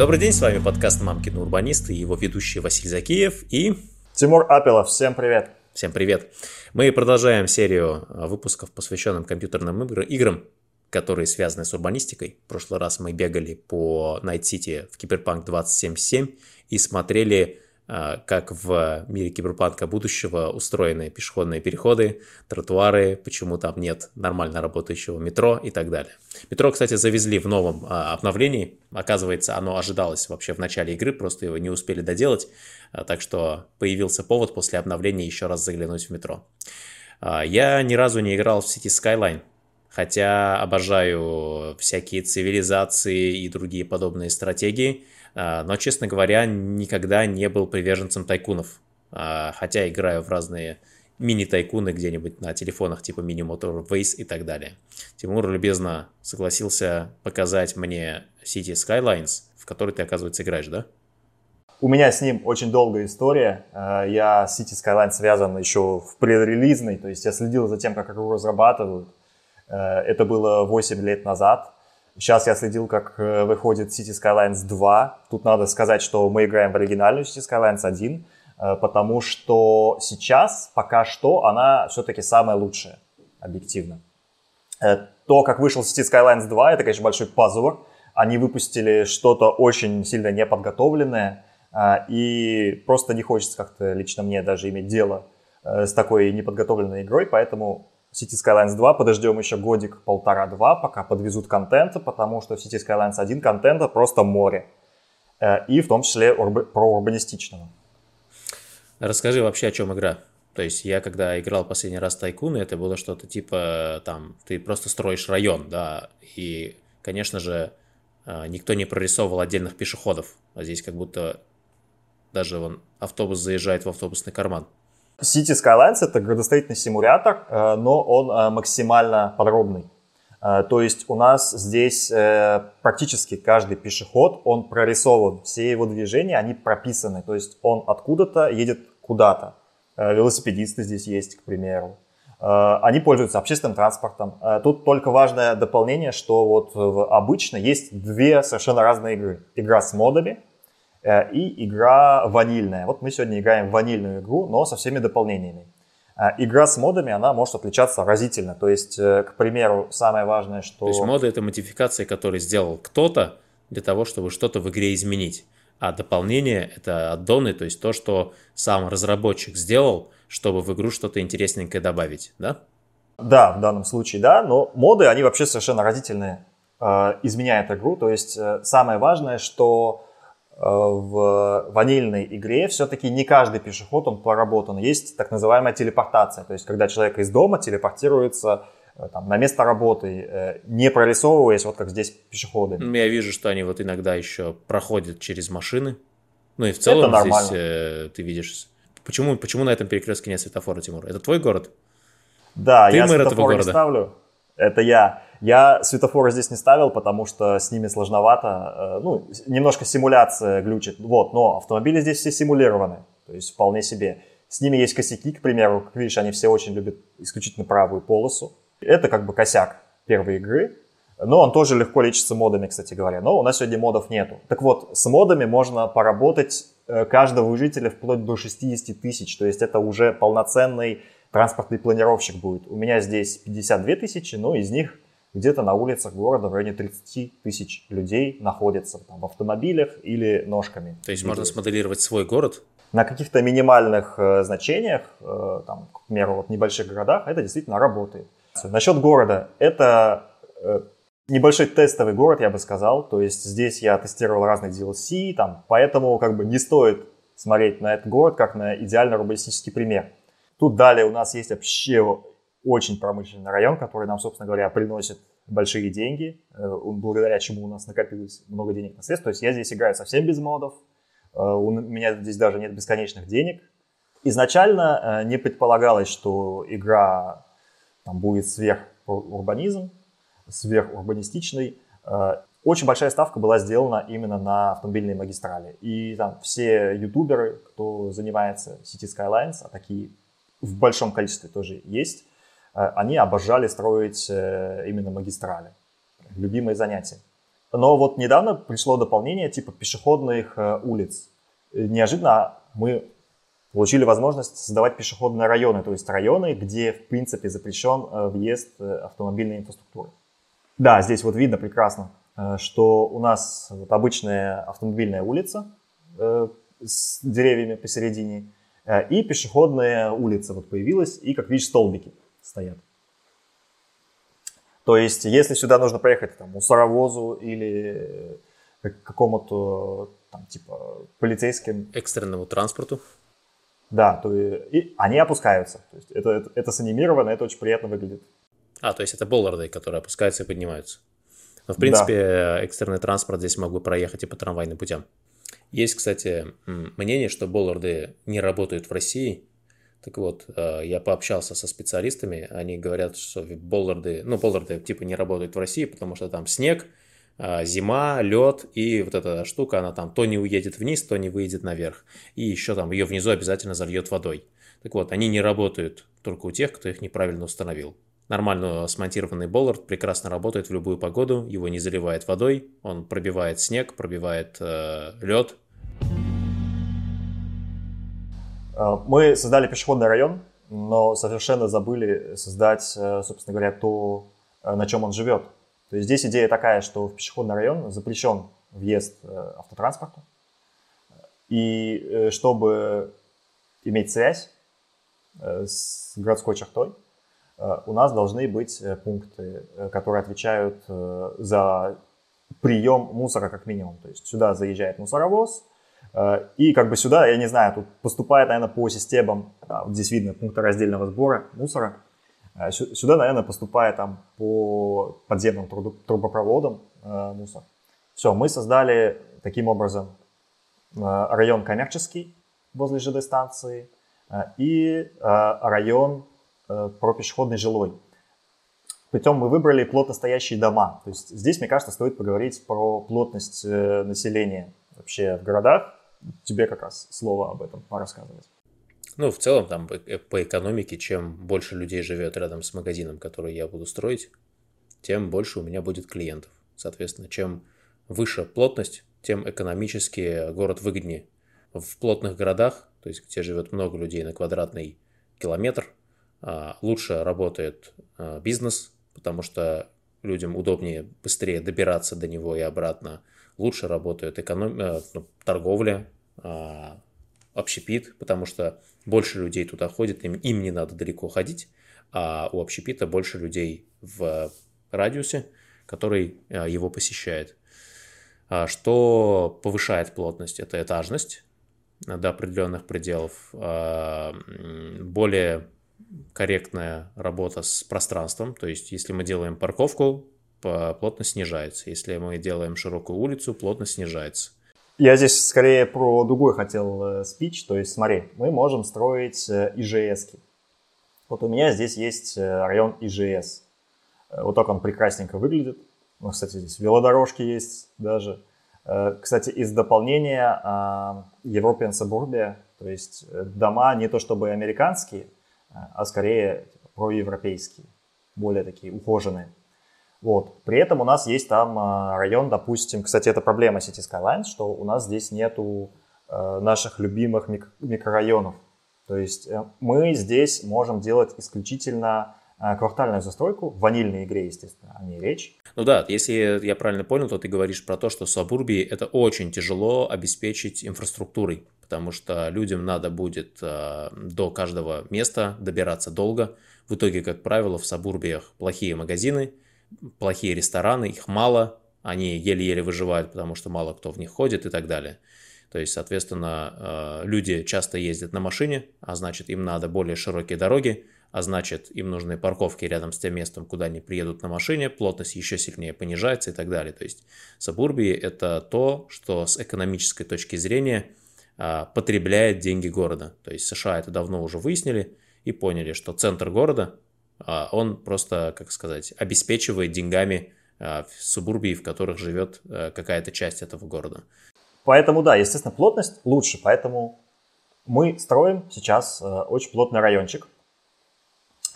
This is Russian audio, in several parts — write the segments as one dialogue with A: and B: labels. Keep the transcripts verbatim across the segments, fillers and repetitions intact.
A: Добрый день, с вами подкаст «Мамкины урбанисты» и его ведущий Василий Закиев и...
B: Тимур Апелов, всем привет!
A: Всем привет! Мы продолжаем серию выпусков, посвященных компьютерным играм, которые связаны с урбанистикой. В прошлый раз мы бегали по Найт Сити в Киберпанк двадцать семьдесят семь и смотрели, как в мире киберпанка будущего устроены пешеходные переходы, тротуары, почему там нет нормально работающего метро и так далее. Метро, кстати, завезли в новом а, обновлении. Оказывается, оно ожидалось вообще в начале игры, просто его не успели доделать. А, так что появился повод после обновления еще раз заглянуть в метро. А, я ни разу не играл в City Skyline, хотя обожаю всякие цивилизации и другие подобные стратегии. Но, честно говоря, никогда не был приверженцем тайкунов. Хотя играю в разные мини-тайкуны где-нибудь на телефонах типа Mini Motorways и так далее. Тимур любезно согласился показать мне City Skylines, в который ты, оказывается, играешь, да?
B: У меня с ним очень долгая история. Я с City Skylines связан еще в предрелизной, то есть я следил за тем, как игру разрабатывают. Это было восемь лет назад. Сейчас я следил, как выходит City Skylines два. Тут надо сказать, что мы играем в оригинальную City Skylines один, потому что сейчас, пока что, она все-таки самая лучшая, объективно. То, как вышел City Skylines два, это, конечно, большой позор. Они выпустили что-то очень сильно неподготовленное, и просто не хочется как-то лично мне даже иметь дело с такой неподготовленной игрой, поэтому... City Skylines два подождем еще годик, полтора-два, пока подвезут контента, потому что в City Skylines один контента просто море. И в том числе урб... про урбанистичного.
A: Расскажи вообще, о чем игра. То есть я, когда играл последний раз в Тайкуны, это было что-то типа, там, ты просто строишь район, да, и, конечно же, никто не прорисовывал отдельных пешеходов. А здесь как будто даже вон, автобус заезжает в автобусный карман.
B: City Skylines — это градостроительный симулятор, но он максимально подробный. То есть у нас здесь практически каждый пешеход, он прорисован, все его движения, они прописаны. То есть он откуда-то едет куда-то. Велосипедисты здесь есть, к примеру. Они пользуются общественным транспортом. Тут только важное дополнение, что вот обычно есть две совершенно разные игры. Игра с модами и игра ванильная. Вот мы сегодня играем в ванильную игру, но со всеми дополнениями. Игра с модами, она может отличаться разительно. То есть, к примеру, самое важное, что...
A: То есть моды — это модификации, которые сделал кто-то для того, чтобы что-то в игре изменить. А дополнение — это аддоны, то есть то, что сам разработчик сделал, чтобы в игру что-то интересненькое добавить, да?
B: Да, в данном случае, да. Но моды, они вообще совершенно разительные, э, изменяют игру. То есть, э, самое важное, что... в ванильной игре все-таки не каждый пешеход, он проработан. Есть так называемая телепортация, то есть когда человек из дома телепортируется там, на место работы, не прорисовываясь, вот как здесь пешеходы.
A: Я вижу, что они вот иногда еще проходят через машины. Ну и в целом здесь э, ты видишь... Почему, почему на этом перекрестке нет светофора, Тимур? Это твой город?
B: Да,
A: ты
B: я
A: мэр этого
B: светофор не
A: города?
B: ставлю. Это я. Я светофоры здесь не ставил, потому что с ними сложновато. Ну, немножко симуляция глючит. Вот, но автомобили здесь все симулированы. То есть вполне себе. С ними есть косяки, к примеру. Как видишь, они все очень любят исключительно правую полосу. Это как бы косяк первой игры. Но он тоже легко лечится модами, кстати говоря. Но у нас сегодня модов нету. Так вот, с модами можно поработать каждого жителя вплоть до шестьдесят тысяч. То есть это уже полноценный транспортный планировщик будет. У меня здесь пятьдесят две тысячи, но из них где-то на улицах города в районе тридцать тысяч людей находятся там, в автомобилях или ножками.
A: То есть можно смоделировать свой город?
B: На каких-то минимальных э, значениях, э, там, к примеру, вот в небольших городах, это действительно работает. Насчет города. Это э, небольшой тестовый город, я бы сказал. То есть здесь я тестировал разные ди эл си, там, поэтому как бы не стоит смотреть на этот город как на идеально урбанистический пример. Тут далее у нас есть вообще очень промышленный район, который нам, собственно говоря, приносит большие деньги, благодаря чему у нас накопилось много денег на средств. То есть я здесь играю совсем без модов, у меня здесь даже нет бесконечных денег. Изначально не предполагалось, что игра там, будет сверхурбанизм, сверхурбанистичной. Очень большая ставка была сделана именно на автомобильные магистрали. И там все ютуберы, кто занимается City Skylines, а такие в большом количестве тоже есть, они обожали строить именно магистрали. Любимое занятие. Но вот недавно пришло дополнение типа пешеходных улиц. Неожиданно мы получили возможность создавать пешеходные районы, то есть районы, где в принципе запрещен въезд автомобильной инфраструктуры. Да, здесь вот видно прекрасно, что у нас вот обычная автомобильная улица с деревьями посередине и пешеходная улица вот появилась, и, как видишь, столбики стоят. То есть, если сюда нужно проехать там, мусоровозу или к какому-то там, типа полицейским...
A: Экстренному транспорту.
B: Да, то и, и они опускаются. То есть это, это, это санимировано, это очень приятно выглядит.
A: А, то есть это болларды, которые опускаются и поднимаются. Но, в принципе, да. Экстренный транспорт здесь мог бы проехать и по трамвайным путям. Есть, кстати, мнение, что болларды не работают в России. Так вот, я пообщался со специалистами, они говорят, что болларды, ну, болларды типа не работают в России, потому что там снег, зима, лед, и вот эта штука, она там то не уедет вниз, то не выйдет наверх. И еще там ее внизу обязательно зальет водой. Так вот, они не работают только у тех, кто их неправильно установил. Нормально смонтированный боллард прекрасно работает в любую погоду, его не заливает водой, он пробивает снег, пробивает э, лед.
B: Мы создали пешеходный район, но совершенно забыли создать, собственно говоря, то, на чем он живет. То есть здесь идея такая, что в пешеходный район запрещен въезд автотранспорту. И чтобы иметь связь с городской чертой, у нас должны быть пункты, которые отвечают за прием мусора как минимум. То есть сюда заезжает мусоровоз, и как бы сюда, я не знаю, тут поступает, наверное, по системам, да, вот здесь видно пункты раздельного сбора мусора. Сюда, наверное, поступает там по подземным трубопроводам э, мусор. Все, мы создали таким образом э, район коммерческий возле ЖД-станции э, и э, район э, пропешеходный жилой. Притом мы выбрали плотно стоящие дома. То есть здесь, мне кажется, стоит поговорить про плотность э, населения вообще в городах. Тебе как раз слово об этом порассказывать.
A: Ну, в целом, там, по экономике, чем больше людей живет рядом с магазином, который я буду строить, тем больше у меня будет клиентов. Соответственно, чем выше плотность, тем экономически город выгоднее. В плотных городах, то есть где живет много людей на квадратный километр, лучше работает бизнес, потому что людям удобнее быстрее добираться до него и обратно. Лучше работает эконом... ну, торговля, общепит, потому что больше людей туда ходит, им, им не надо далеко ходить, а у общепита больше людей в радиусе, который его посещает. Что повышает плотность? Это этажность до определенных пределов, более корректная работа с пространством, то есть если мы делаем парковку, плотность снижается, если мы делаем широкую улицу, плотность снижается.
B: Я здесь скорее про другой хотел спич, то есть смотри, мы можем строить ИЖС-ки. Вот у меня здесь есть район ИЖС. Вот так он прекрасненько выглядит. Ну, кстати, здесь велодорожки есть даже. Кстати, из дополнения European Suburbia, то есть дома не то чтобы американские, а скорее типа, проевропейские, более такие ухоженные. Вот. При этом у нас есть там район, допустим, кстати, это проблема City Skylines, что у нас здесь нету э, наших любимых мик- микрорайонов. То есть э, мы здесь можем делать исключительно э, квартальную застройку, в ванильной игре, естественно, о ней речь.
A: Ну да, если я правильно понял, то ты говоришь про то, что в сабурбии это очень тяжело обеспечить инфраструктурой, потому что людям надо будет э, до каждого места добираться долго. В итоге, как правило, в сабурбиях плохие магазины, плохие рестораны, их мало, они еле-еле выживают, потому что мало кто в них ходит и так далее. То есть, соответственно, люди часто ездят на машине, а значит, им надо более широкие дороги, а значит, им нужны парковки рядом с тем местом, куда они приедут на машине, плотность еще сильнее понижается и так далее. То есть, сабурбии – это то, что с экономической точки зрения потребляет деньги города. То есть, США это давно уже выяснили и поняли, что центр города – он просто, как сказать, обеспечивает деньгами в субурбии, в которых живет какая-то часть этого города.
B: Поэтому, да, естественно, плотность лучше. Поэтому мы строим сейчас очень плотный райончик.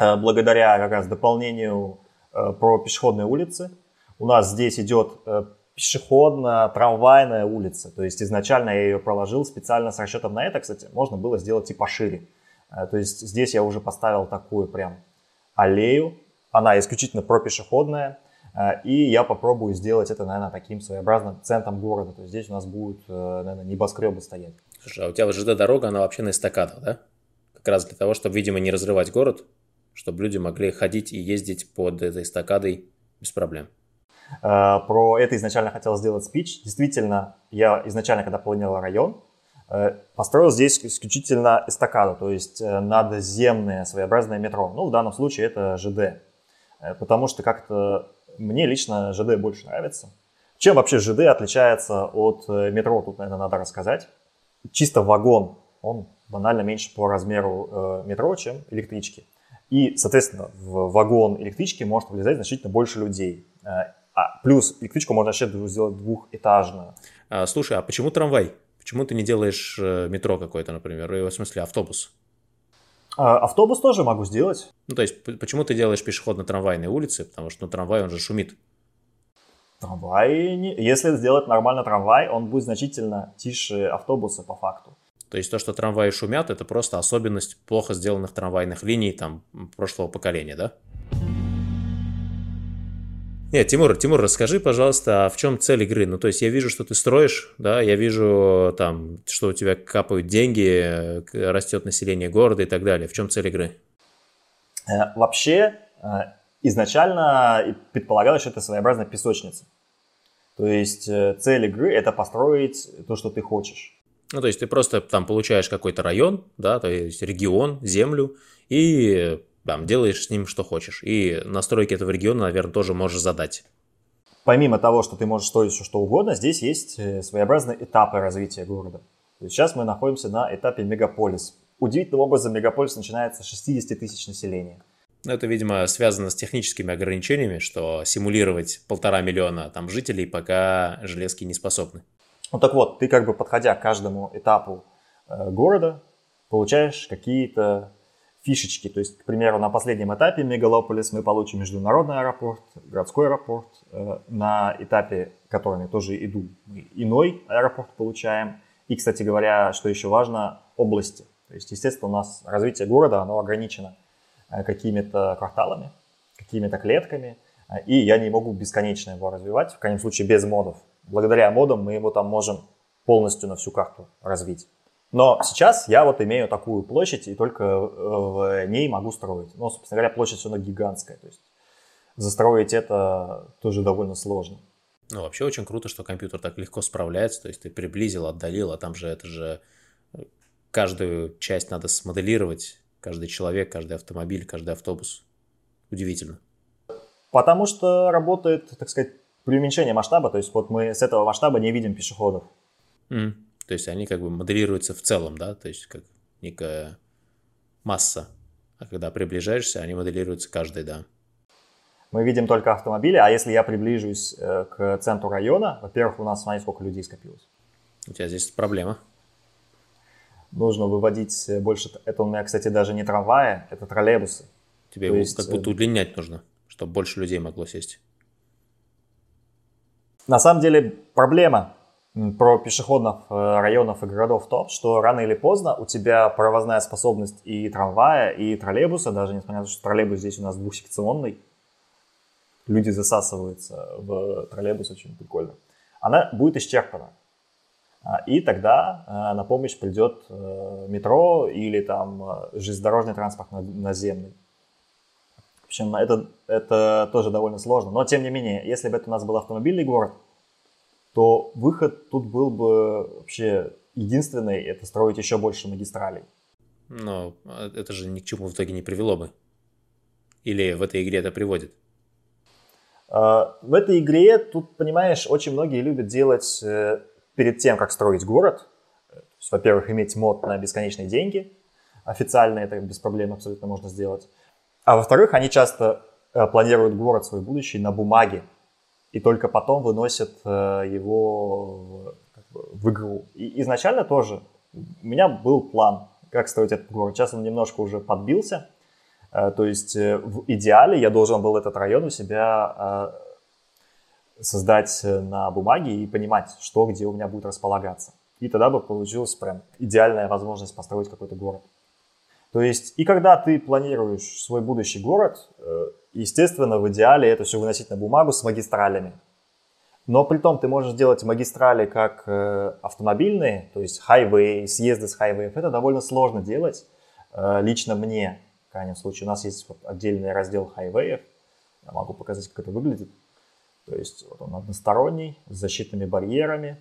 B: Благодаря как раз дополнению про пешеходные улицы. У нас здесь идет пешеходно-трамвайная улица. То есть изначально я ее проложил специально с расчетом на это. Кстати, можно было сделать и пошире. То есть здесь я уже поставил такую прям аллею. Она исключительно пропешеходная. И я попробую сделать это, наверное, таким своеобразным центром города. То есть здесь у нас будут, наверное, небоскребы стоять.
A: Слушай, а у тебя ЖД-дорога, она вообще на эстакадах, да? Как раз для того, чтобы, видимо, не разрывать город, чтобы люди могли ходить и ездить под этой эстакадой без проблем.
B: Про это изначально хотел сделать спич. Действительно, я изначально, когда планировал район, построил здесь исключительно эстакаду, то есть надземное своеобразное метро. Ну, в данном случае это ЖД. Потому что как-то мне лично ЖД больше нравится. Чем вообще ЖД отличается от метро, тут, наверное, надо рассказать. Чисто вагон, он банально меньше по размеру метро, чем электрички. И, соответственно, в вагон электрички может влезать значительно больше людей. А плюс электричку можно вообще сделать двухэтажную.
A: А, слушай, а почему трамвай? Почему ты не делаешь метро какое-то, например, в смысле автобус?
B: А, автобус тоже могу сделать.
A: Ну, то есть, почему ты делаешь пешеходно-трамвайные улицы? Потому что, ну, трамвай, он же шумит.
B: Трамвай, не... если сделать нормально трамвай, он будет значительно тише автобуса по факту.
A: То есть то, что трамваи шумят, это просто особенность плохо сделанных трамвайных линий там прошлого поколения, да? Нет, Тимур, Тимур, расскажи, пожалуйста, а в чем цель игры? Ну, то есть я вижу, что ты строишь, да, я вижу там, что у тебя капают деньги, растет население города и так далее. В чем цель игры?
B: Вообще, изначально предполагалось, что это своеобразная песочница. То есть цель игры – это построить то, что ты хочешь.
A: Ну, то есть ты просто там получаешь какой-то район, да, то есть регион, землю, и там делаешь с ним что хочешь. И настройки этого региона, наверное, тоже можешь задать.
B: Помимо того, что ты можешь строить все что угодно, здесь есть своеобразные этапы развития города. То есть сейчас мы находимся на этапе мегаполис. Удивительным образом мегаполис начинается с шестьдесят тысяч населения.
A: Это, видимо, связано с техническими ограничениями, что симулировать полтора миллиона там жителей пока железки не способны.
B: Ну так вот, ты как бы подходя к каждому этапу э, города, получаешь какие-то фишечки. То есть, к примеру, на последнем этапе мегалополис мы получим международный аэропорт, городской аэропорт. Э, на этапе, к которому я тоже иду, мы иной аэропорт получаем. И, кстати говоря, что еще важно, области. То есть, естественно, у нас развитие города, оно ограничено э, какими-то кварталами, какими-то клетками. Э, и я не могу бесконечно его развивать, в крайнем случае без модов. Благодаря модам мы его там можем полностью на всю карту развить. Но сейчас я вот имею такую площадь и только в ней могу строить. Но, собственно говоря, площадь все равно гигантская. То есть застроить это тоже довольно сложно.
A: Ну, вообще очень круто, что компьютер так легко справляется. То есть ты приблизил, отдалил, а там же это же каждую часть надо смоделировать. Каждый человек, каждый автомобиль, каждый автобус. Удивительно.
B: Потому что работает, так сказать, преуменьшение масштаба, то есть вот мы с этого масштаба не видим пешеходов.
A: Mm. То есть они как бы моделируются в целом, да, то есть как некая масса, а когда приближаешься, они моделируются каждый, да.
B: Мы видим только автомобили, а если я приближусь к центру района, во-первых, у нас, смотри, сколько людей скопилось.
A: У тебя здесь проблема.
B: Нужно выводить больше, это у меня, кстати, даже не трамваи, это троллейбусы.
A: Тебе его есть... как будто удлинять нужно, чтобы больше людей могло сесть.
B: На самом деле проблема про пешеходных районов и городов в том, что рано или поздно у тебя провозная способность и трамвая, и троллейбуса, даже несмотря на то, что троллейбус здесь у нас двухсекционный, люди засасываются в троллейбус, очень прикольно, она будет исчерпана. И тогда на помощь придет метро или там железнодорожный транспорт наземный. В общем, это, это тоже довольно сложно. Но, тем не менее, если бы это у нас был автомобильный город, то выход тут был бы вообще единственный, это строить еще больше магистралей.
A: Но это же ни к чему в итоге не привело бы. Или в этой игре это приводит?
B: В этой игре, тут, понимаешь, очень многие любят делать перед тем, как строить город. То есть, во-первых, иметь мод на бесконечные деньги. Официально это без проблем абсолютно можно сделать. А во-вторых, они часто э, планируют город свой будущий на бумаге и только потом выносят э, его в, как бы, в игру. И изначально тоже у меня был план, как строить этот город. Сейчас он немножко уже подбился. Э, то есть э, в идеале я должен был этот район у себя создать на бумаге и понимать, что где у меня будет располагаться. И тогда бы получилась прям идеальная возможность построить какой-то город. То есть, и когда ты планируешь свой будущий город, естественно, в идеале это все выносить на бумагу с магистралями. Но при том ты можешь делать магистрали как автомобильные, то есть хайвей, съезды с хайвеев. Это довольно сложно делать. Лично мне, в крайнем случае, у нас есть вот отдельный раздел хайвеев. Я могу показать, как это выглядит. То есть вот он односторонний, с защитными барьерами.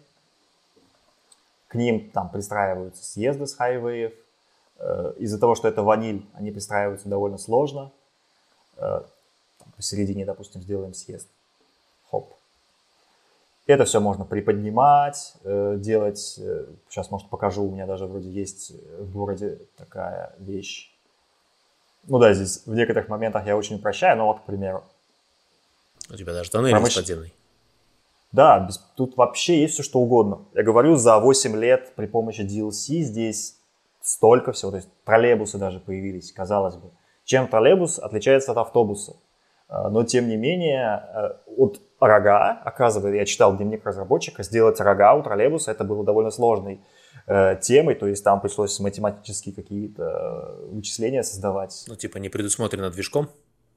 B: К ним там пристраиваются съезды с хайвеев. Из-за того, что это ваниль, они пристраиваются довольно сложно. Посередине, допустим, сделаем съезд. Хоп. Это все можно приподнимать, делать. Сейчас, может, покажу. У меня даже вроде есть в городе такая вещь. Ну да, здесь в некоторых моментах я очень упрощаю, но вот, к примеру.
A: У тебя даже тоннель
B: Промыш...
A: подземный.
B: Да, без... тут вообще есть все, что угодно. Я говорю, за восемь лет при помощи ди эл си здесь столько всего. То есть троллейбусы даже появились, казалось бы. Чем троллейбус отличается от автобуса? Но, тем не менее, от рога, оказывается, я читал дневник разработчика, сделать рога у троллейбуса это было довольно сложной э, темой, то есть там пришлось математические какие-то вычисления создавать.
A: Ну, типа не предусмотрено движком?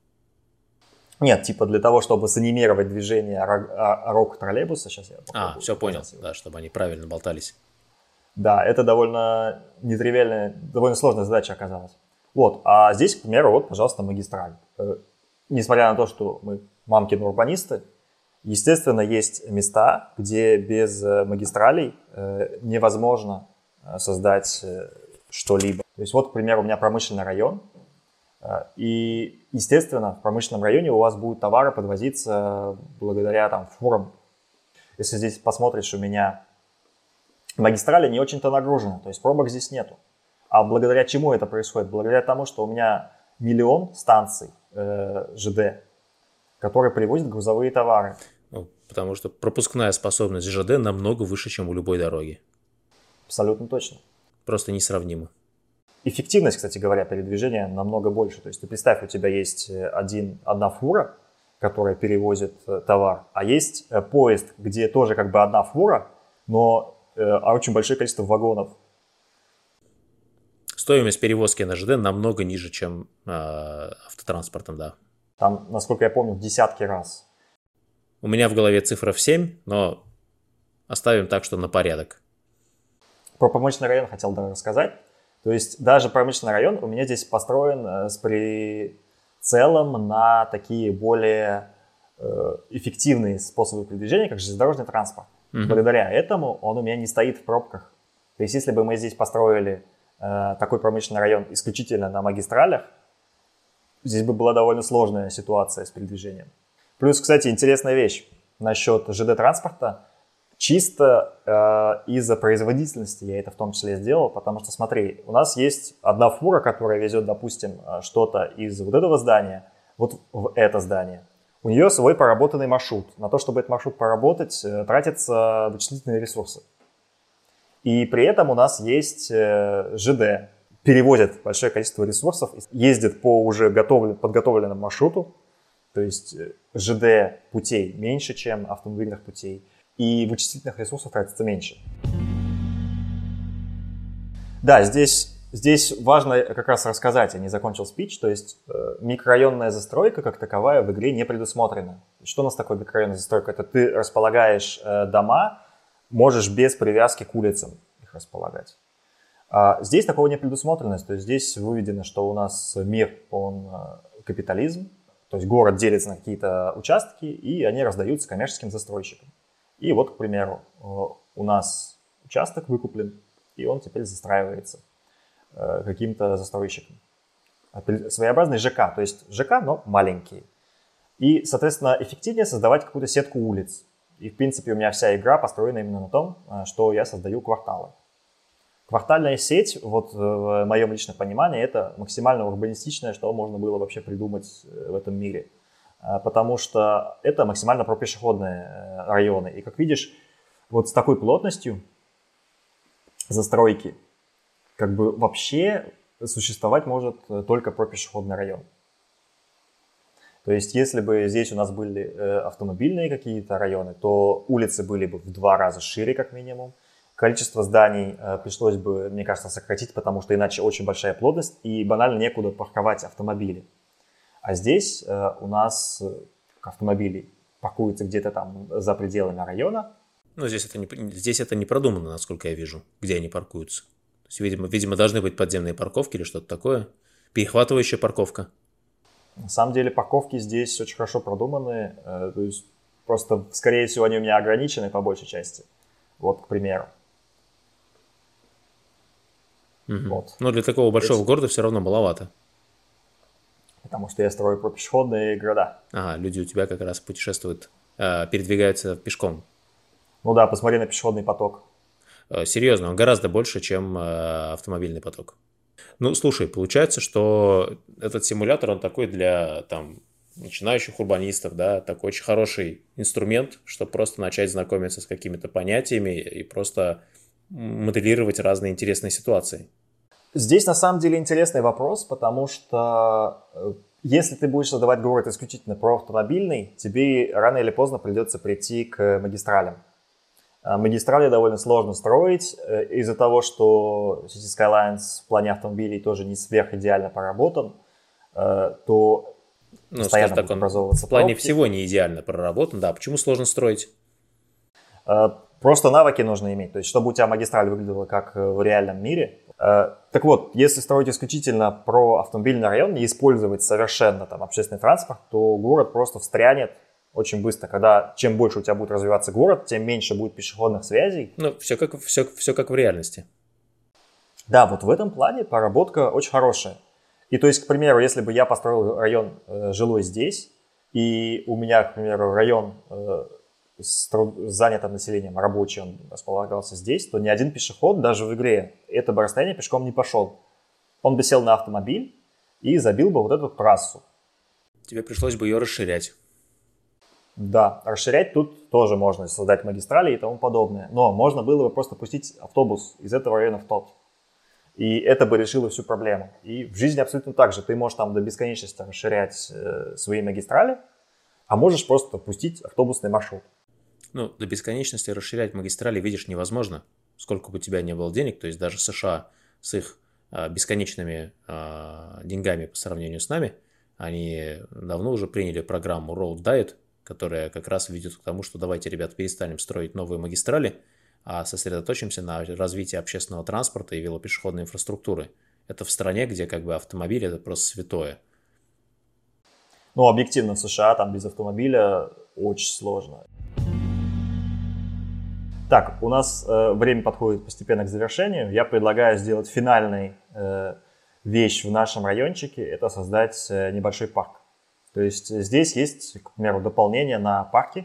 B: Нет, типа для того, чтобы санимировать движение рог, рог троллейбуса, сейчас я
A: попробую. А, все понял, да, чтобы они правильно болтались.
B: Да, это довольно нетривиальная, довольно сложная задача оказалась. Вот, а здесь, к примеру, вот, пожалуйста, магистраль. Несмотря на то, что мы мамкины урбанисты, естественно, есть места, где без магистралей невозможно создать что-либо. То есть вот, к примеру, у меня промышленный район, и, естественно, в промышленном районе у вас будут товары подвозиться благодаря там фурам. Если здесь посмотришь, у меня магистрали не очень-то нагружены, то есть пробок здесь нету. А благодаря чему это происходит? Благодаря тому, что у меня миллион станций э, ЖД, которые привозят грузовые товары.
A: Ну, потому что пропускная способность ЖД намного выше, чем у любой дороги.
B: Абсолютно точно.
A: Просто несравнимо.
B: Эффективность, кстати говоря, передвижения намного больше. То есть ты представь, у тебя есть один, одна фура, которая перевозит товар, а есть поезд, где тоже как бы одна фура, но э, очень большое количество вагонов.
A: Стоимость перевозки на ЖД намного ниже, чем э, автотранспортом, да.
B: Там, насколько я помню, в десятки раз.
A: У меня в голове цифра в семь, но оставим так, что на порядок.
B: Про промышленный район хотел даже рассказать. То есть даже промышленный район у меня здесь построен с прицелом на такие более э, эффективные способы передвижения, как железнодорожный транспорт. Mm-hmm. Благодаря этому он у меня не стоит в пробках. То есть если бы мы здесь построили э, такой промышленный район исключительно на магистралях, здесь бы была довольно сложная ситуация с передвижением. Плюс, кстати, интересная вещь насчет ЖД-транспорта. Чисто э, из-за производительности я это в том числе сделал, потому что, смотри, у нас есть одна фура, которая везет, допустим, что-то из вот этого здания вот в это здание. У нее свой проработанный маршрут. На то, чтобы этот маршрут проработать, э, тратятся вычислительные ресурсы. И при этом у нас есть э, ЖД. Перевозят большое количество ресурсов, ездят по уже готовлен, подготовленному маршруту. То есть ЖД путей меньше, чем автомобильных путей. И вычислительных ресурсов тратится меньше. Да, здесь, здесь важно как раз рассказать, я не закончил спич, то есть э, микрорайонная застройка как таковая в игре не предусмотрена. Что у нас такое микрорайонная застройка? Это ты располагаешь э, дома, можешь без привязки к улицам их располагать. А здесь такого не предусмотрено, то есть здесь выведено, что у нас мир, он э, капитализм, то есть город делится на какие-то участки, и они раздаются коммерческим застройщикам. И вот, к примеру, у нас участок выкуплен, и он теперь застраивается каким-то застройщиком. Своеобразный ЖК, то есть ЖК, но маленький. И, соответственно, эффективнее создавать какую-то сетку улиц. И, в принципе, у меня вся игра построена именно на том, что я создаю кварталы. Квартальная сеть, вот в моем личном понимании, это максимально урбанистичное, что можно было вообще придумать в этом мире. Потому что это максимально пропешеходные районы. И как видишь, вот с такой плотностью застройки как бы вообще существовать может только пропешеходный район. То есть, если бы здесь у нас были э, автомобильные какие-то районы, то улицы были бы в два раза шире, как минимум. Количество зданий э, пришлось бы, мне кажется, сократить, потому что иначе очень большая плотность и банально некуда парковать автомобили. А здесь э, у нас автомобили паркуются где-то там за пределами района.
A: Ну, здесь это не, здесь это не продумано, насколько я вижу, где они паркуются. То есть, видимо, видимо, должны быть подземные парковки или что-то такое. Перехватывающая парковка.
B: На самом деле парковки здесь очень хорошо продуманы. Э, то есть просто, скорее всего, они у меня ограничены по большей части. Вот, к примеру.
A: Угу. Вот. Но для такого большого здесь... города все равно маловато.
B: Потому что я строю про пешеходные города.
A: Ага, люди у тебя как раз путешествуют, э, передвигаются пешком.
B: Ну да, посмотри на пешеходный поток.
A: Э, серьезно, он гораздо больше, чем э, автомобильный поток. Ну, слушай, получается, что этот симулятор, он такой для там начинающих урбанистов, да, такой очень хороший инструмент, чтобы просто начать знакомиться с какими-то понятиями и просто моделировать разные интересные ситуации.
B: Здесь на самом деле интересный вопрос, потому что если ты будешь создавать город исключительно про автомобильный, тебе рано или поздно придется прийти к магистралям. Магистрали довольно сложно строить из-за того, что City Skylines в плане автомобилей тоже не сверхидеально проработан, то
A: ну, постоянно так, будут образовываться в плане пробки. Всего не идеально проработан, да. Почему сложно строить?
B: Просто навыки нужно иметь, то есть чтобы у тебя магистраль выглядела как в реальном мире. Так вот, если строить исключительно про автомобильный район, не использовать совершенно там общественный транспорт, то город просто встрянет очень быстро. Когда чем больше у тебя будет развиваться город, тем меньше будет пешеходных связей.
A: Ну, все как, все, все как в реальности.
B: Да, вот в этом плане проработка очень хорошая. И то есть, к примеру, если бы я построил район э, жилой здесь, и у меня, к примеру, район э, с, с занятым населением рабочий, он располагался здесь, то ни один пешеход даже в игре это бы расстояние пешком не пошел. Он бы сел на автомобиль и забил бы вот эту трассу.
A: Тебе пришлось бы ее расширять.
B: Да, расширять тут тоже можно, создать магистрали и тому подобное. Но можно было бы просто пустить автобус из этого района в тот. И это бы решило всю проблему. И в жизни абсолютно так же. Ты можешь там до бесконечности расширять э, свои магистрали, а можешь просто пустить автобусный маршрут.
A: Ну, до бесконечности расширять магистрали, видишь, невозможно. Сколько бы у тебя не было денег, то есть даже США с их э, бесконечными э, деньгами по сравнению с нами, они давно уже приняли программу Road Diet, которая как раз ведет к тому, что давайте, ребят, перестанем строить новые магистрали, а сосредоточимся на развитии общественного транспорта и велопешеходной инфраструктуры. Это в стране, где как бы автомобиль – это просто святое.
B: Ну, объективно в США там без автомобиля очень сложно. Так, у нас э, время подходит постепенно к завершению. Я предлагаю сделать финальную э, вещь в нашем райончике – это создать э, небольшой парк. То есть здесь есть, к примеру, дополнение на парки.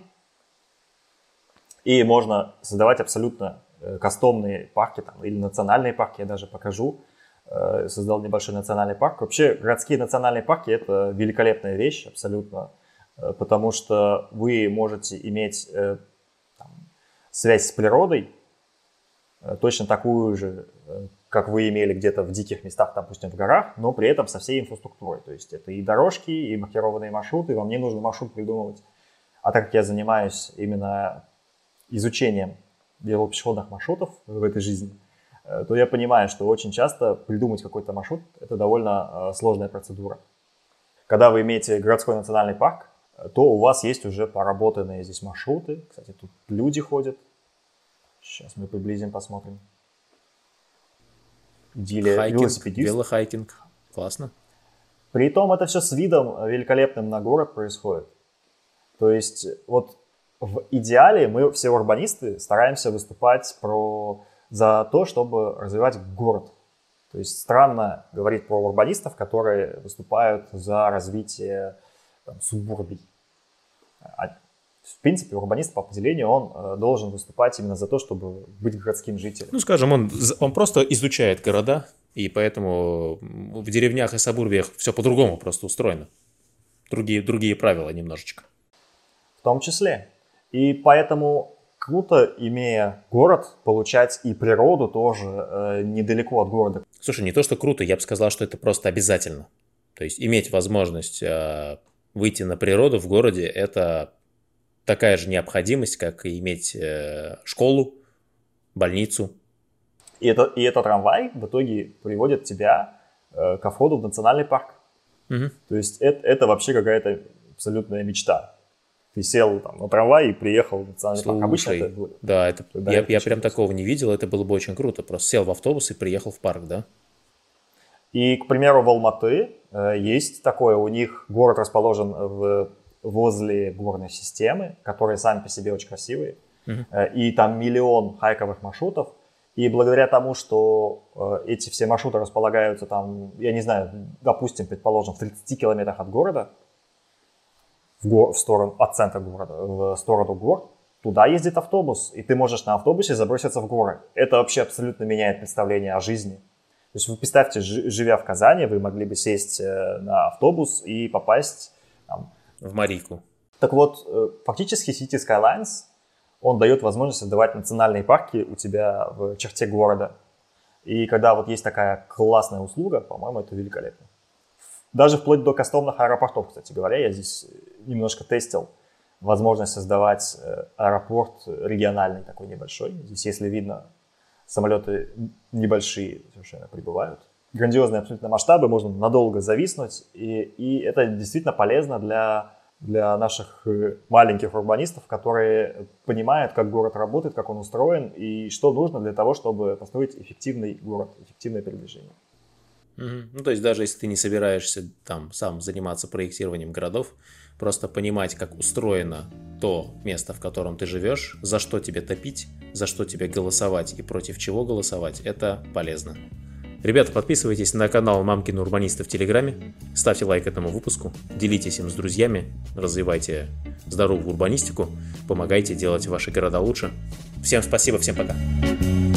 B: И можно создавать абсолютно кастомные парки там, или национальные парки, я даже покажу. Создал небольшой национальный парк. Вообще городские национальные парки – это великолепная вещь абсолютно, потому что вы можете иметь там, связь с природой, точно такую же, как вы имели где-то в диких местах, допустим, в горах, но при этом со всей инфраструктурой. То есть это и дорожки, и маркированные маршруты, вам не нужно маршрут придумывать. А так как я занимаюсь именно изучением велопешеходных маршрутов в этой жизни, то я понимаю, что очень часто придумать какой-то маршрут – это довольно сложная процедура. Когда вы имеете городской национальный парк, то у вас есть уже поработанные здесь маршруты. Кстати, тут люди ходят. Сейчас мы приблизим, посмотрим.
A: Хайкинг, велохайкинг. Классно.
B: Притом это все с видом великолепным на город происходит. То есть вот в идеале мы все урбанисты стараемся выступать про, за то, чтобы развивать город. То есть странно говорить про урбанистов, которые выступают за развитие там, субурбий. А, в принципе, урбанист по определению, он э, должен выступать именно за то, чтобы быть городским жителем.
A: Ну, скажем, он, он просто изучает города, и поэтому в деревнях и сабурбиях все по-другому просто устроено. Другие, другие правила немножечко.
B: В том числе. И поэтому круто, имея город, получать и природу тоже э, недалеко от города.
A: Слушай, не то, что круто, я бы сказал, что это просто обязательно. То есть иметь возможность э, выйти на природу в городе – это такая же необходимость, как и иметь э, школу, больницу.
B: И это, и это трамвай в итоге приводит тебя э, ко входу в национальный парк.
A: Угу.
B: То есть это, это вообще какая-то абсолютная мечта. Ты сел там, на трамвай и приехал в национальный
A: Слушай,
B: парк. Обычно это будет.
A: Да, это,
B: Да,
A: я,
B: это
A: я прям
B: просто.
A: такого не видел, это было бы очень круто. Просто сел в автобус и приехал в парк, да?
B: И, к примеру, в Алматы э, есть такое, у них город расположен в, возле горной системы, которые сами по себе очень красивые.
A: Угу.
B: Э, и там миллион хайковых маршрутов. И благодаря тому, что э, эти все маршруты располагаются там, я не знаю, допустим, предположим, в тридцати километрах от города, в, гор, в сторону, от центра города, в сторону гор, туда ездит автобус, и ты можешь на автобусе заброситься в горы. Это вообще абсолютно меняет представление о жизни. То есть вы представьте, живя в Казани, вы могли бы сесть на автобус и попасть там,
A: в Марийку.
B: Так вот, фактически City Skylines, он дает возможность создавать национальные парки у тебя в черте города. И когда вот есть такая классная услуга, по-моему, это великолепно. Даже вплоть до кастомных аэропортов, кстати говоря, я здесь немножко тестил возможность создавать аэропорт региональный такой небольшой. Здесь, если видно, самолеты небольшие совершенно прибывают. Грандиозные абсолютно масштабы, можно надолго зависнуть. И, и это действительно полезно для, для наших маленьких урбанистов, которые понимают, как город работает, как он устроен и что нужно для того, чтобы построить эффективный город, эффективное передвижение.
A: Mm-hmm. Ну, то есть даже если ты не собираешься там сам заниматься проектированием городов, просто понимать, как устроено то место, в котором ты живешь, за что тебе топить, за что тебе голосовать и против чего голосовать, это полезно. Ребята, подписывайтесь на канал Мамкины Урбанисты в Телеграме, ставьте лайк этому выпуску, делитесь им с друзьями, развивайте здоровую урбанистику, помогайте делать ваши города лучше. Всем спасибо, всем пока.